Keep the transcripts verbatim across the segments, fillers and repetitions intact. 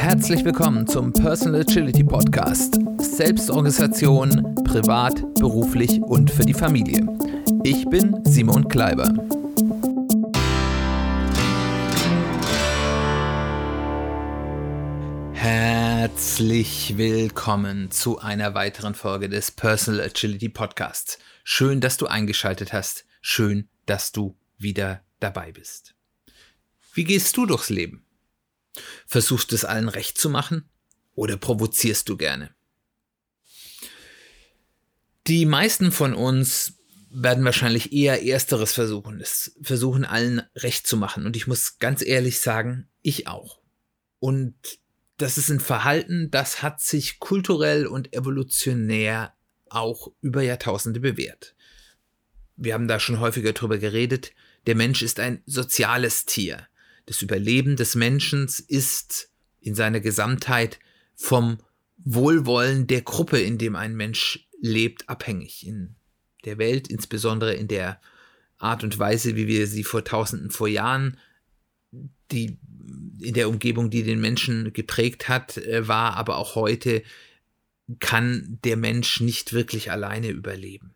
Herzlich willkommen zum Personal Agility Podcast. Selbstorganisation, privat, beruflich und für die Familie. Ich bin Simon Kleiber. Herzlich willkommen zu einer weiteren Folge des Personal Agility Podcasts. Schön, dass du eingeschaltet hast. Schön, dass du wieder dabei bist. Wie gehst du durchs Leben? Versuchst du es allen recht zu machen oder provozierst du gerne? Die meisten von uns werden wahrscheinlich eher Ersteres versuchen, es versuchen allen recht zu machen. Und ich muss ganz ehrlich sagen, ich auch. Und das ist ein Verhalten, das hat sich kulturell und evolutionär auch über Jahrtausende bewährt. Wir haben da schon häufiger drüber geredet. Der Mensch ist ein soziales Tier. Das Überleben des Menschen ist in seiner Gesamtheit vom Wohlwollen der Gruppe, in dem ein Mensch lebt, abhängig. In der Welt, insbesondere in der Art und Weise, wie wir sie vor Tausenden vor Jahren, die in der Umgebung, die den Menschen geprägt hat, war, aber auch heute kann der Mensch nicht wirklich alleine überleben.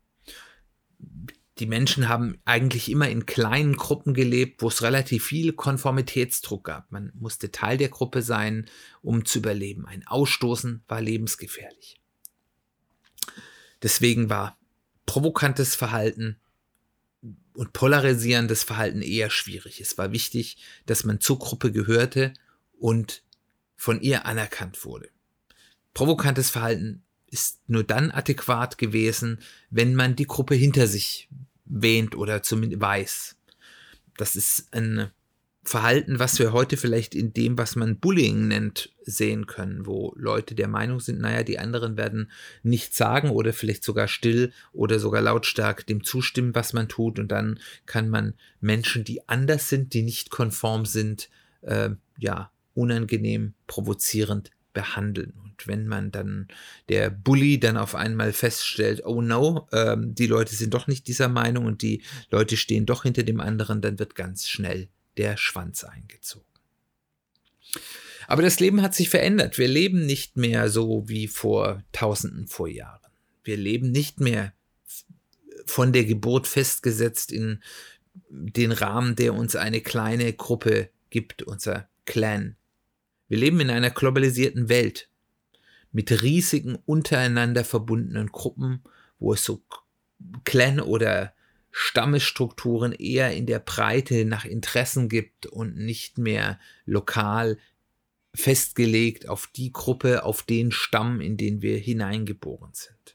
Die Menschen haben eigentlich immer in kleinen Gruppen gelebt, wo es relativ viel Konformitätsdruck gab. Man musste Teil der Gruppe sein, um zu überleben. Ein Ausstoßen war lebensgefährlich. Deswegen war provokantes Verhalten und polarisierendes Verhalten eher schwierig. Es war wichtig, dass man zur Gruppe gehörte und von ihr anerkannt wurde. Provokantes Verhalten ist nur dann adäquat gewesen, wenn man die Gruppe hinter sich wähnt oder zumindest weiß. Das ist ein Verhalten, was wir heute vielleicht in dem, was man Bullying nennt, sehen können, wo Leute der Meinung sind, naja, die anderen werden nichts sagen oder vielleicht sogar still oder sogar lautstark dem zustimmen, was man tut, und dann kann man Menschen, die anders sind, die nicht konform sind, äh, ja, unangenehm, provozierend behandeln. Und wenn man dann, der Bully dann auf einmal feststellt, oh no, ähm, die Leute sind doch nicht dieser Meinung und die Leute stehen doch hinter dem anderen, dann wird ganz schnell der Schwanz eingezogen. Aber das Leben hat sich verändert. Wir leben nicht mehr so wie vor Tausenden vor Jahren. Wir leben nicht mehr von der Geburt festgesetzt in den Rahmen, der uns eine kleine Gruppe gibt, unser Clan. Wir leben in einer globalisierten Welt mit riesigen, untereinander verbundenen Gruppen, wo es so Clan- oder Stammesstrukturen eher in der Breite nach Interessen gibt und nicht mehr lokal festgelegt auf die Gruppe, auf den Stamm, in den wir hineingeboren sind.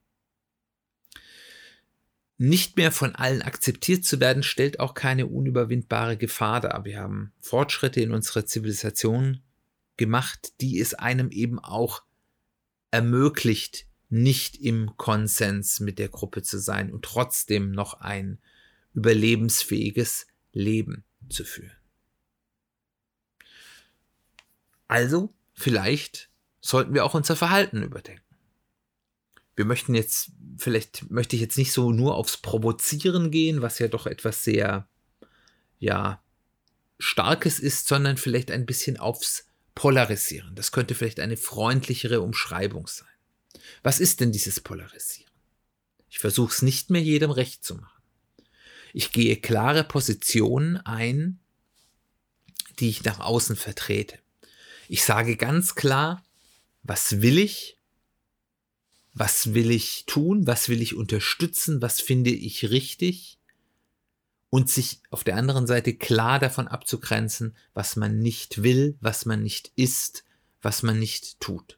Nicht mehr von allen akzeptiert zu werden, stellt auch keine unüberwindbare Gefahr dar. Wir haben Fortschritte in unserer Zivilisation gemacht, die es einem eben auch ermöglicht, nicht im Konsens mit der Gruppe zu sein und trotzdem noch ein überlebensfähiges Leben zu führen. Also, vielleicht sollten wir auch unser Verhalten überdenken. Wir möchten jetzt, vielleicht möchte ich jetzt nicht so nur aufs Provozieren gehen, was ja doch etwas sehr, ja, Starkes ist, sondern vielleicht ein bisschen aufs Polarisieren. Das könnte vielleicht eine freundlichere Umschreibung sein. Was ist denn dieses Polarisieren? Ich versuche es nicht mehr jedem recht zu machen. Ich gehe klare Positionen ein, die ich nach außen vertrete. Ich sage ganz klar, was will ich, was will ich tun, was will ich unterstützen, was finde ich richtig, und sich auf der anderen Seite klar davon abzugrenzen, was man nicht will, was man nicht ist, was man nicht tut.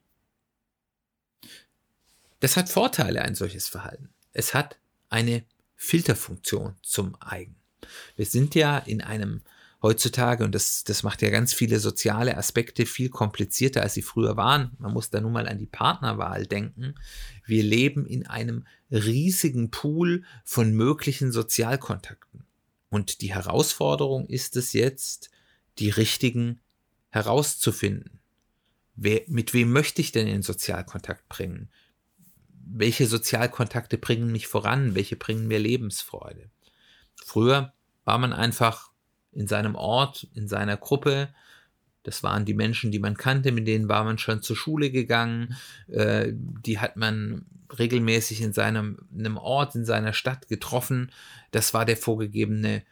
Das hat Vorteile, ein solches Verhalten. Es hat eine Filterfunktion zum Eigen. Wir sind ja in einem heutzutage, und das, das macht ja ganz viele soziale Aspekte viel komplizierter, als sie früher waren. Man muss da nun mal an die Partnerwahl denken. Wir leben in einem riesigen Pool von möglichen Sozialkontakten. Und die Herausforderung ist es jetzt, die richtigen herauszufinden. Wer, mit wem möchte ich denn in Sozialkontakt bringen? Welche Sozialkontakte bringen mich voran? Welche bringen mir Lebensfreude? Früher war man einfach in seinem Ort, in seiner Gruppe, Das waren die Menschen, die man kannte, mit denen war man schon zur Schule gegangen, äh, die hat man regelmäßig in seinem einem Ort, in seiner Stadt getroffen. Das war der vorgegebene,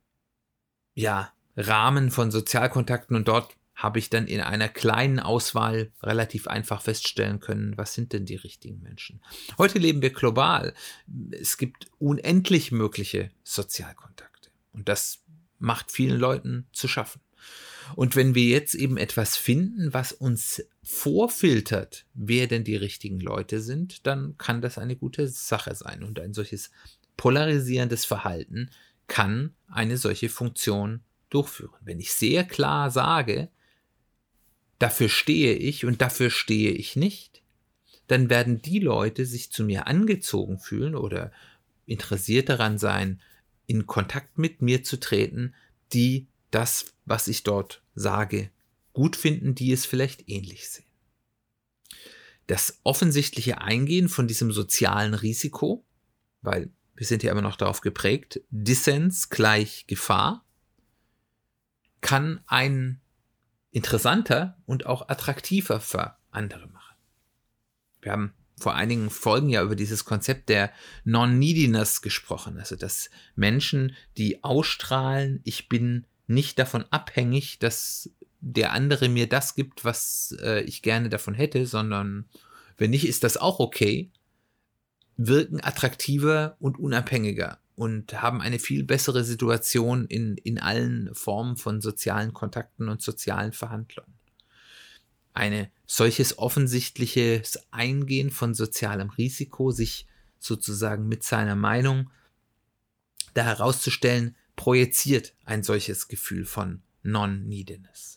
ja, Rahmen von Sozialkontakten und dort habe ich dann in einer kleinen Auswahl relativ einfach feststellen können, was sind denn die richtigen Menschen. Heute leben wir global. Es gibt unendlich mögliche Sozialkontakte und das macht vielen Leuten zu schaffen. Und wenn wir jetzt eben etwas finden, was uns vorfiltert, wer denn die richtigen Leute sind, dann kann das eine gute Sache sein. Und ein solches polarisierendes Verhalten kann eine solche Funktion durchführen. Wenn ich sehr klar sage, dafür stehe ich und dafür stehe ich nicht, dann werden die Leute sich zu mir angezogen fühlen oder interessiert daran sein, in Kontakt mit mir zu treten, die das, was ich dort sage, gut finden, die es vielleicht ähnlich sehen. Das offensichtliche Eingehen von diesem sozialen Risiko, weil wir sind ja immer noch darauf geprägt, Dissens gleich Gefahr, kann ein interessanter und auch attraktiver für andere machen. Wir haben vor einigen Folgen ja über dieses Konzept der Non-Neediness gesprochen, also dass Menschen, die ausstrahlen, ich bin nicht davon abhängig, dass der andere mir das gibt, was äh, ich gerne davon hätte, sondern wenn nicht, ist das auch okay, wirken attraktiver und unabhängiger und haben eine viel bessere Situation in, in allen Formen von sozialen Kontakten und sozialen Verhandlungen. Ein solches offensichtliches Eingehen von sozialem Risiko, sich sozusagen mit seiner Meinung da herauszustellen, projiziert ein solches Gefühl von Non-Neediness.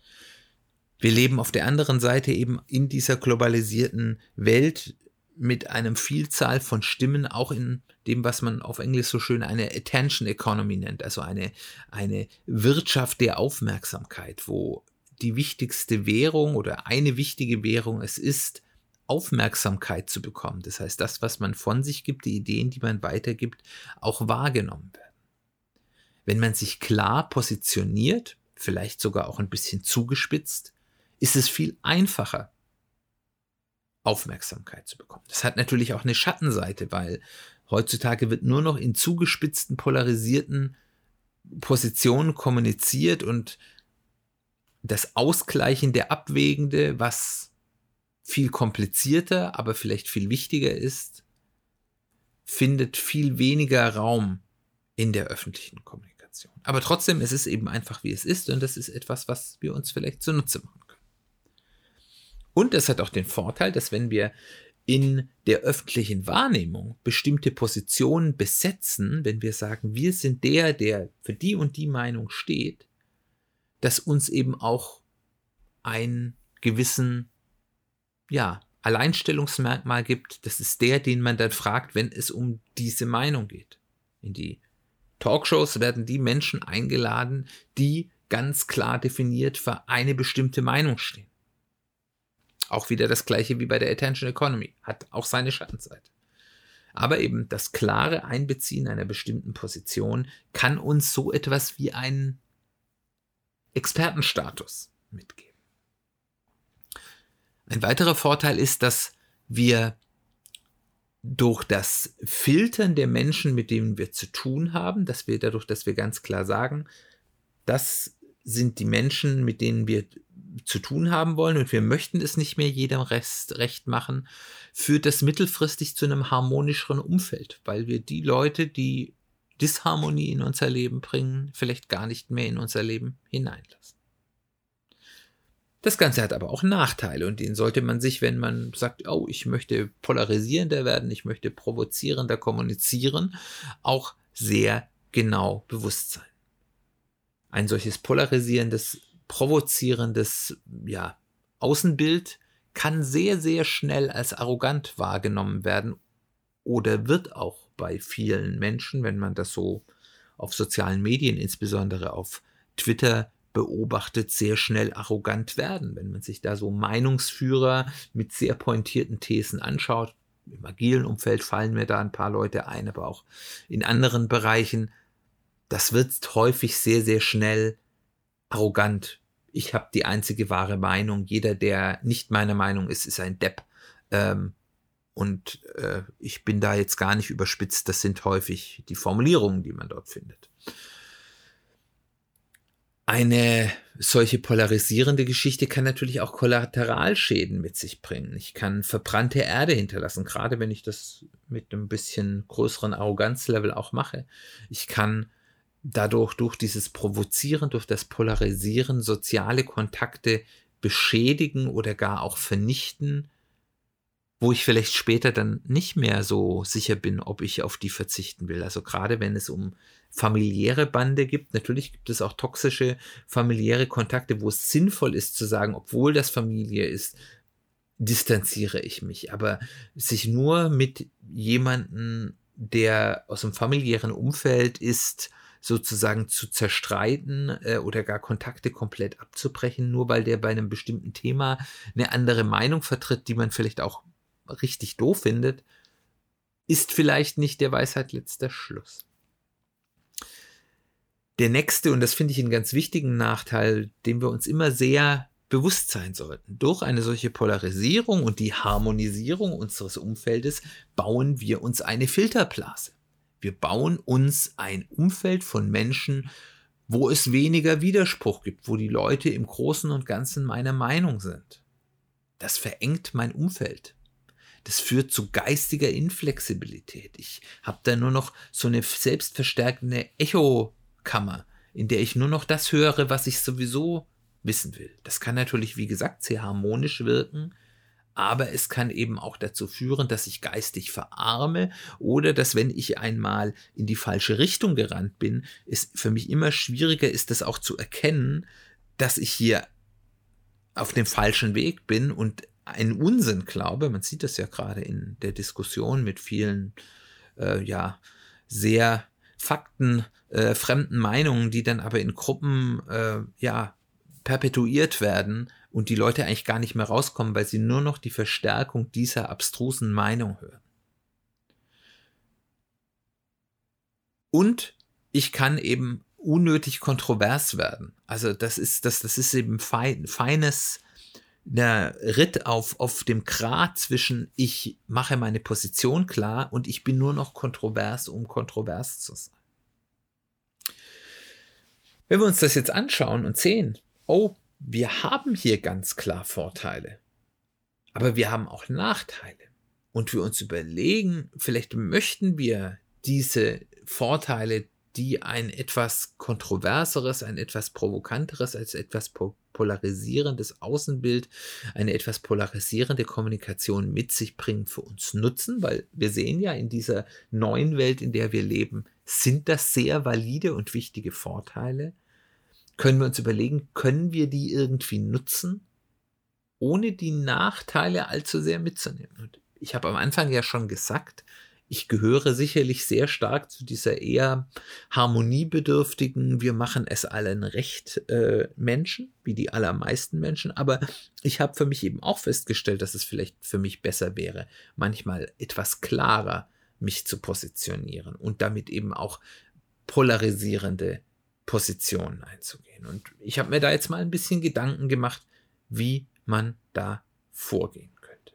Wir leben auf der anderen Seite eben in dieser globalisierten Welt mit einem Vielzahl von Stimmen, auch in dem, was man auf Englisch so schön eine Attention Economy nennt, also eine, eine Wirtschaft der Aufmerksamkeit, wo die wichtigste Währung oder eine wichtige Währung es ist, Aufmerksamkeit zu bekommen. Das heißt, das, was man von sich gibt, die Ideen, die man weitergibt, auch wahrgenommen werden. Wenn man sich klar positioniert, vielleicht sogar auch ein bisschen zugespitzt, ist es viel einfacher, Aufmerksamkeit zu bekommen. Das hat natürlich auch eine Schattenseite, weil heutzutage wird nur noch in zugespitzten, polarisierten Positionen kommuniziert und das Ausgleichen der Abwägende, was viel komplizierter, aber vielleicht viel wichtiger ist, findet viel weniger Raum in der öffentlichen Kommunikation. Aber trotzdem, es ist eben einfach, wie es ist und das ist etwas, was wir uns vielleicht zunutze machen können. Und das hat auch den Vorteil, dass wenn wir in der öffentlichen Wahrnehmung bestimmte Positionen besetzen, wenn wir sagen, wir sind der, der für die und die Meinung steht, dass uns eben auch einen gewissen, ja, Alleinstellungsmerkmal gibt. Das ist der, den man dann fragt, wenn es um diese Meinung geht. In die Talkshows werden die Menschen eingeladen, die ganz klar definiert für eine bestimmte Meinung stehen. Auch wieder das gleiche wie bei der Attention Economy, hat auch seine Schattenseite. Aber eben das klare Einbeziehen einer bestimmten Position kann uns so etwas wie einen Expertenstatus mitgeben. Ein weiterer Vorteil ist, dass wir durch das Filtern der Menschen, mit denen wir zu tun haben, dass wir dadurch, dass wir ganz klar sagen, das sind die Menschen, mit denen wir zu tun haben wollen und wir möchten es nicht mehr jedem Rest recht machen, führt das mittelfristig zu einem harmonischeren Umfeld, weil wir die Leute, die Disharmonie in unser Leben bringen, vielleicht gar nicht mehr in unser Leben hineinlassen. Das Ganze hat aber auch Nachteile und denen sollte man sich, wenn man sagt, oh, ich möchte polarisierender werden, ich möchte provozierender kommunizieren, auch sehr genau bewusst sein. Ein solches polarisierendes, provozierendes, ja, Außenbild kann sehr, sehr schnell als arrogant wahrgenommen werden oder wird auch bei vielen Menschen, wenn man das so auf sozialen Medien, insbesondere auf Twitter, beobachtet, sehr schnell arrogant werden. Wenn man sich da so Meinungsführer mit sehr pointierten Thesen anschaut, im agilen Umfeld fallen mir da ein paar Leute ein, aber auch in anderen Bereichen, das wird häufig sehr, sehr schnell arrogant ich habe die einzige wahre Meinung, jeder, der nicht meiner Meinung ist, ist ein Depp. Ähm, und äh, ich bin da jetzt gar nicht überspitzt, das sind häufig die Formulierungen, die man dort findet. Eine solche polarisierende Geschichte kann natürlich auch Kollateralschäden mit sich bringen. Ich kann verbrannte Erde hinterlassen, gerade wenn ich das mit einem bisschen größeren Arroganzlevel auch mache. Ich kann dadurch, durch dieses Provozieren, durch das Polarisieren soziale Kontakte beschädigen oder gar auch vernichten, wo ich vielleicht später dann nicht mehr so sicher bin, ob ich auf die verzichten will. Also gerade wenn es um familiäre Bande gibt, natürlich gibt es auch toxische familiäre Kontakte, wo es sinnvoll ist zu sagen, obwohl das Familie ist, distanziere ich mich. Aber sich nur mit jemandem, der aus dem familiären Umfeld ist, sozusagen zu zerstreiten äh, oder gar Kontakte komplett abzubrechen, nur weil der bei einem bestimmten Thema eine andere Meinung vertritt, die man vielleicht auch richtig doof findet, ist vielleicht nicht der Weisheit letzter Schluss. Der nächste, und das finde ich einen ganz wichtigen Nachteil, dem wir uns immer sehr bewusst sein sollten. Durch eine solche Polarisierung und die Harmonisierung unseres Umfeldes bauen wir uns eine Filterblase. Wir bauen uns ein Umfeld von Menschen, wo es weniger Widerspruch gibt, wo die Leute im Großen und Ganzen meiner Meinung sind. Das verengt mein Umfeld. Das führt zu geistiger Inflexibilität. Ich habe da nur noch so eine selbstverstärkende Echokammer, in der ich nur noch das höre, was ich sowieso wissen will. Das kann natürlich, wie gesagt, sehr harmonisch wirken, aber es kann eben auch dazu führen, dass ich geistig verarme oder dass, wenn ich einmal in die falsche Richtung gerannt bin, es für mich immer schwieriger ist, das auch zu erkennen, dass ich hier auf dem falschen Weg bin und einen Unsinn glaube. Man sieht das ja gerade in der Diskussion mit vielen äh, ja sehr faktenfremden äh, Meinungen, die dann aber in Gruppen äh, ja perpetuiert werden und die Leute eigentlich gar nicht mehr rauskommen, weil sie nur noch die Verstärkung dieser abstrusen Meinung hören. Und ich kann eben unnötig kontrovers werden. Also das ist, das, das ist eben fein, feines der Ritt auf, auf dem Grat zwischen ich mache meine Position klar und ich bin nur noch kontrovers, um kontrovers zu sein. Wenn wir uns das jetzt anschauen und sehen, oh, wir haben hier ganz klar Vorteile, aber wir haben auch Nachteile. Und wir uns überlegen, vielleicht möchten wir diese Vorteile, die ein etwas kontroverseres, ein etwas provokanteres, als etwas polarisierendes Außenbild, eine etwas polarisierende Kommunikation mit sich bringen, für uns nutzen, weil wir sehen ja in dieser neuen Welt, in der wir leben, sind das sehr valide und wichtige Vorteile. Können wir uns überlegen, können wir die irgendwie nutzen, ohne die Nachteile allzu sehr mitzunehmen? Und ich habe am Anfang ja schon gesagt, ich gehöre sicherlich sehr stark zu dieser eher harmoniebedürftigen, wir machen es allen recht äh, Menschen, wie die allermeisten Menschen, aber ich habe für mich eben auch festgestellt, dass es vielleicht für mich besser wäre, manchmal etwas klarer mich zu positionieren und damit eben auch polarisierende Positionen einzugehen. Und ich habe mir da jetzt mal ein bisschen Gedanken gemacht, wie man da vorgehen könnte.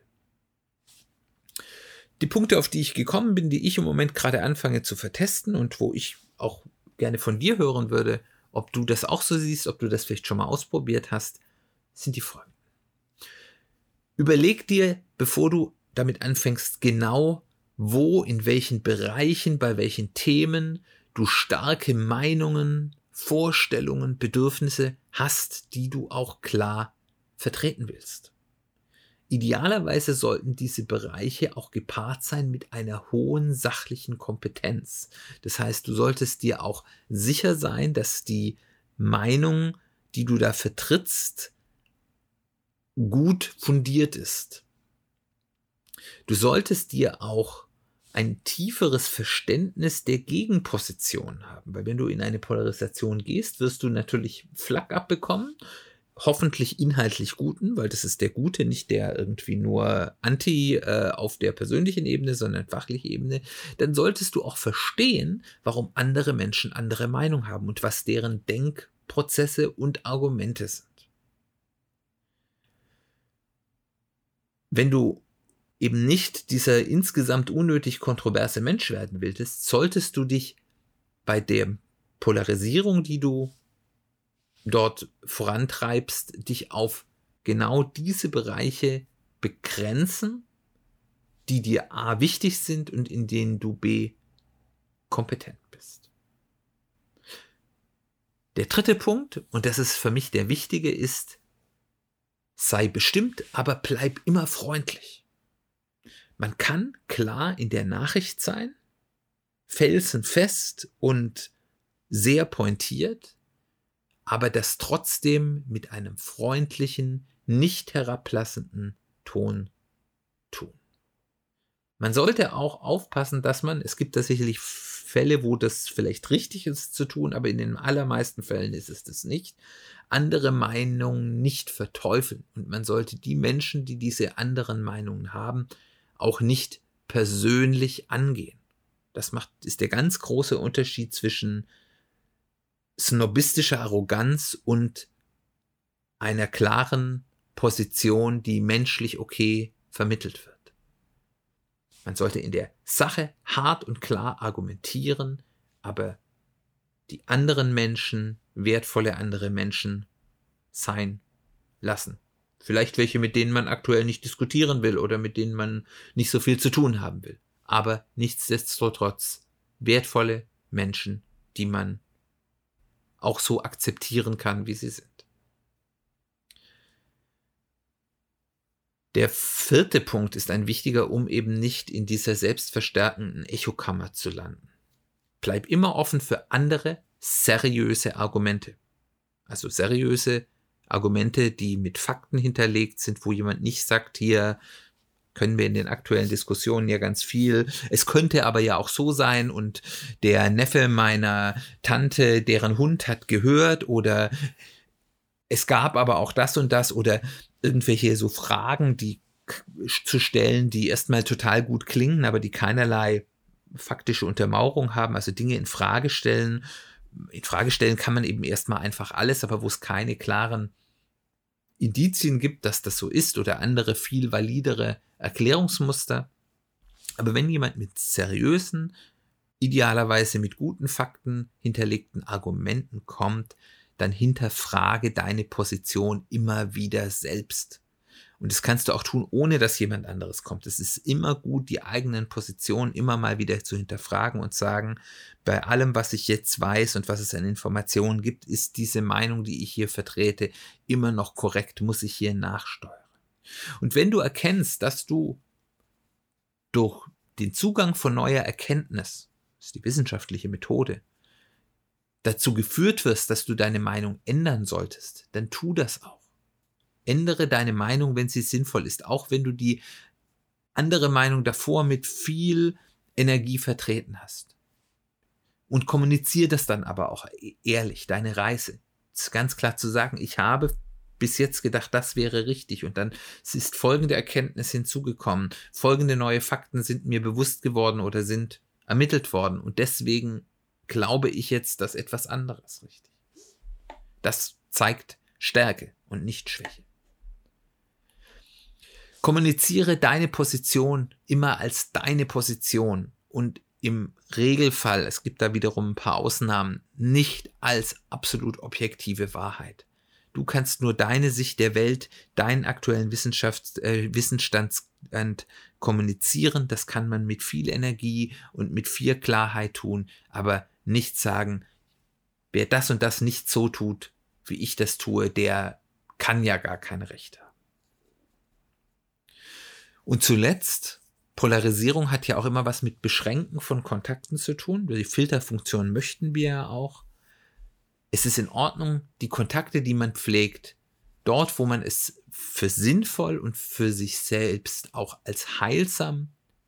Die Punkte, auf die ich gekommen bin, die ich im Moment gerade anfange zu vertesten und wo ich auch gerne von dir hören würde, ob du das auch so siehst, ob du das vielleicht schon mal ausprobiert hast, sind die folgenden. Überleg dir, bevor du damit anfängst, genau wo, in welchen Bereichen, bei welchen Themen du starke Meinungen, Vorstellungen, Bedürfnisse hast, die du auch klar vertreten willst. Idealerweise sollten diese Bereiche auch gepaart sein mit einer hohen sachlichen Kompetenz. Das heißt, du solltest dir auch sicher sein, dass die Meinung, die du da vertrittst, gut fundiert ist. Du solltest dir auch ein tieferes Verständnis der Gegenposition haben, weil wenn du in eine Polarisation gehst, wirst du natürlich Flak abbekommen, hoffentlich inhaltlich guten, weil das ist der Gute, nicht der irgendwie nur Anti äh, auf der persönlichen Ebene, sondern fachliche Ebene, dann solltest du auch verstehen, warum andere Menschen andere Meinung haben und was deren Denkprozesse und Argumente sind. wenn du eben nicht dieser insgesamt unnötig kontroverse Mensch werden willst, solltest du dich bei der Polarisierung, die du dort vorantreibst, dich auf genau diese Bereiche begrenzen, die dir A wichtig sind und in denen du B kompetent bist. Der dritte Punkt, und das ist für mich der wichtige, ist, sei bestimmt, aber bleib immer freundlich. Man kann klar in der Nachricht sein, felsenfest und sehr pointiert, aber das trotzdem mit einem freundlichen, nicht herablassenden Ton tun. Man sollte auch aufpassen, dass man, es gibt da sicherlich Fälle, wo das vielleicht richtig ist zu tun, aber in den allermeisten Fällen ist es das nicht, andere Meinungen nicht verteufeln. Und man sollte die Menschen, die diese anderen Meinungen haben, auch nicht persönlich angehen. Das macht, ist der ganz große Unterschied zwischen snobistischer Arroganz und einer klaren Position, die menschlich okay vermittelt wird. Man sollte in der Sache hart und klar argumentieren, aber die anderen Menschen, wertvolle andere Menschen sein lassen. Vielleicht welche, mit denen man aktuell nicht diskutieren will oder mit denen man nicht so viel zu tun haben will. Aber nichtsdestotrotz wertvolle Menschen, die man auch so akzeptieren kann, wie sie sind. Der vierte Punkt ist ein wichtiger, um eben nicht in dieser selbstverstärkenden Echokammer zu landen. Bleib immer offen für andere seriöse Argumente. Also seriöse Argumente, die mit Fakten hinterlegt sind, wo jemand nicht sagt, hier können wir in den aktuellen Diskussionen ja ganz viel. Es könnte aber ja auch so sein und der Neffe meiner Tante, deren Hund hat gehört oder es gab aber auch das und das oder irgendwelche so Fragen, die zu stellen, die erstmal total gut klingen, aber die keinerlei faktische Untermauerung haben, also Dinge in Frage stellen. In Frage stellen kann man eben erstmal einfach alles, aber wo es keine klaren Indizien gibt, dass das so ist oder andere viel validere Erklärungsmuster. Aber wenn jemand mit seriösen, idealerweise mit guten Fakten hinterlegten Argumenten kommt, dann hinterfrage deine Position immer wieder selbst. Und das kannst du auch tun, ohne dass jemand anderes kommt. Es ist immer gut, die eigenen Positionen immer mal wieder zu hinterfragen und sagen, bei allem, was ich jetzt weiß und was es an Informationen gibt, ist diese Meinung, die ich hier vertrete, immer noch korrekt, muss ich hier nachsteuern. Und wenn du erkennst, dass du durch den Zugang von neuer Erkenntnis, das ist die wissenschaftliche Methode, dazu geführt wirst, dass du deine Meinung ändern solltest, dann tu das auch. Ändere deine Meinung, wenn sie sinnvoll ist, auch wenn du die andere Meinung davor mit viel Energie vertreten hast. Und kommuniziere das dann aber auch ehrlich, deine Reise. Es ist ganz klar zu sagen, ich habe bis jetzt gedacht, das wäre richtig und dann ist folgende Erkenntnis hinzugekommen, folgende neue Fakten sind mir bewusst geworden oder sind ermittelt worden und deswegen glaube ich jetzt, dass etwas anderes richtig ist. Das zeigt Stärke und nicht Schwäche. Kommuniziere deine Position immer als deine Position und im Regelfall, es gibt da wiederum ein paar Ausnahmen, nicht als absolut objektive Wahrheit. Du kannst nur deine Sicht der Welt, deinen aktuellen Wissenschafts-, äh, Wissensstand kommunizieren. Das kann man mit viel Energie und mit viel Klarheit tun, aber nicht sagen, wer das und das nicht so tut, wie ich das tue, der kann ja gar kein Recht haben. Und zuletzt, Polarisierung hat ja auch immer was mit Beschränken von Kontakten zu tun. Die Filterfunktion möchten wir ja auch. Es ist in Ordnung, die Kontakte, die man pflegt, dort, wo man es für sinnvoll und für sich selbst auch als heilsam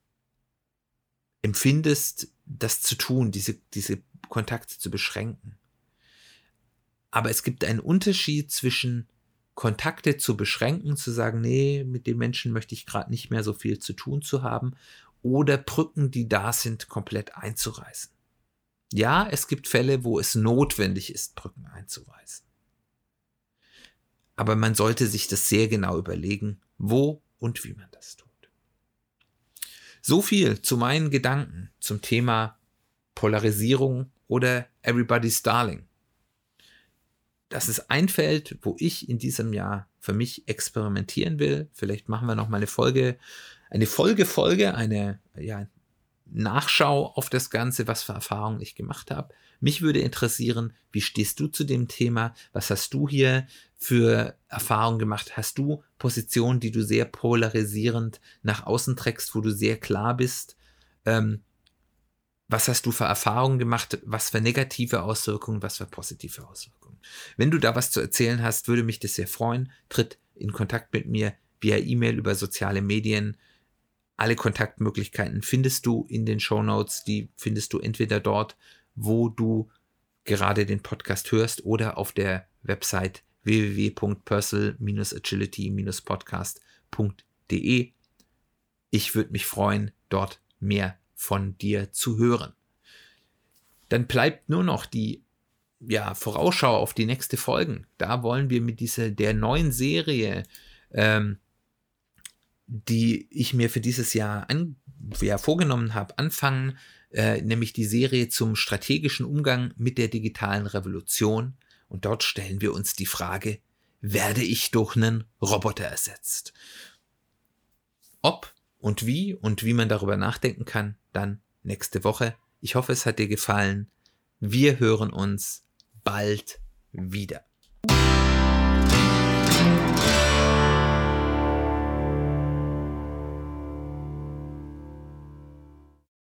empfindest, das zu tun, diese, diese Kontakte zu beschränken. Aber es gibt einen Unterschied zwischen Kontakte zu beschränken, zu sagen, nee, mit den Menschen möchte ich gerade nicht mehr so viel zu tun zu haben, oder Brücken, die da sind, komplett einzureißen. Ja, es gibt Fälle, wo es notwendig ist, Brücken einzureißen. Aber man sollte sich das sehr genau überlegen, wo und wie man das tut. So viel zu meinen Gedanken zum Thema Polarisierung oder Everybody's Darling. Das ist ein Feld, wo ich in diesem Jahr für mich experimentieren will. Vielleicht machen wir noch mal eine Folge, eine Folge-Folge, eine ja, Nachschau auf das Ganze, was für Erfahrungen ich gemacht habe. Mich würde interessieren, wie stehst du zu dem Thema? Was hast du hier für Erfahrungen gemacht? Hast du Positionen, die du sehr polarisierend nach außen trägst, wo du sehr klar bist? Ähm, was hast du für Erfahrungen gemacht? Was für negative Auswirkungen, was für positive Auswirkungen? Wenn du da was zu erzählen hast, würde mich das sehr freuen. Tritt in Kontakt mit mir via E-Mail, über soziale Medien. Alle Kontaktmöglichkeiten findest du in den Shownotes. Die findest du entweder dort, wo du gerade den Podcast hörst, oder auf der Website w w w punkt personal agility podcast punkt d e. Ich würde mich freuen, dort mehr von dir zu hören. Dann bleibt nur noch die ja, Vorausschau auf die nächste Folgen. Da wollen wir mit dieser der neuen Serie, ähm, die ich mir für dieses Jahr an, ja, vorgenommen habe, anfangen, äh, nämlich die Serie zum strategischen Umgang mit der digitalen Revolution. Und dort stellen wir uns die Frage, werde ich durch einen Roboter ersetzt? Ob und wie und wie man darüber nachdenken kann, dann nächste Woche. Ich hoffe, es hat dir gefallen. Wir hören uns bald wieder.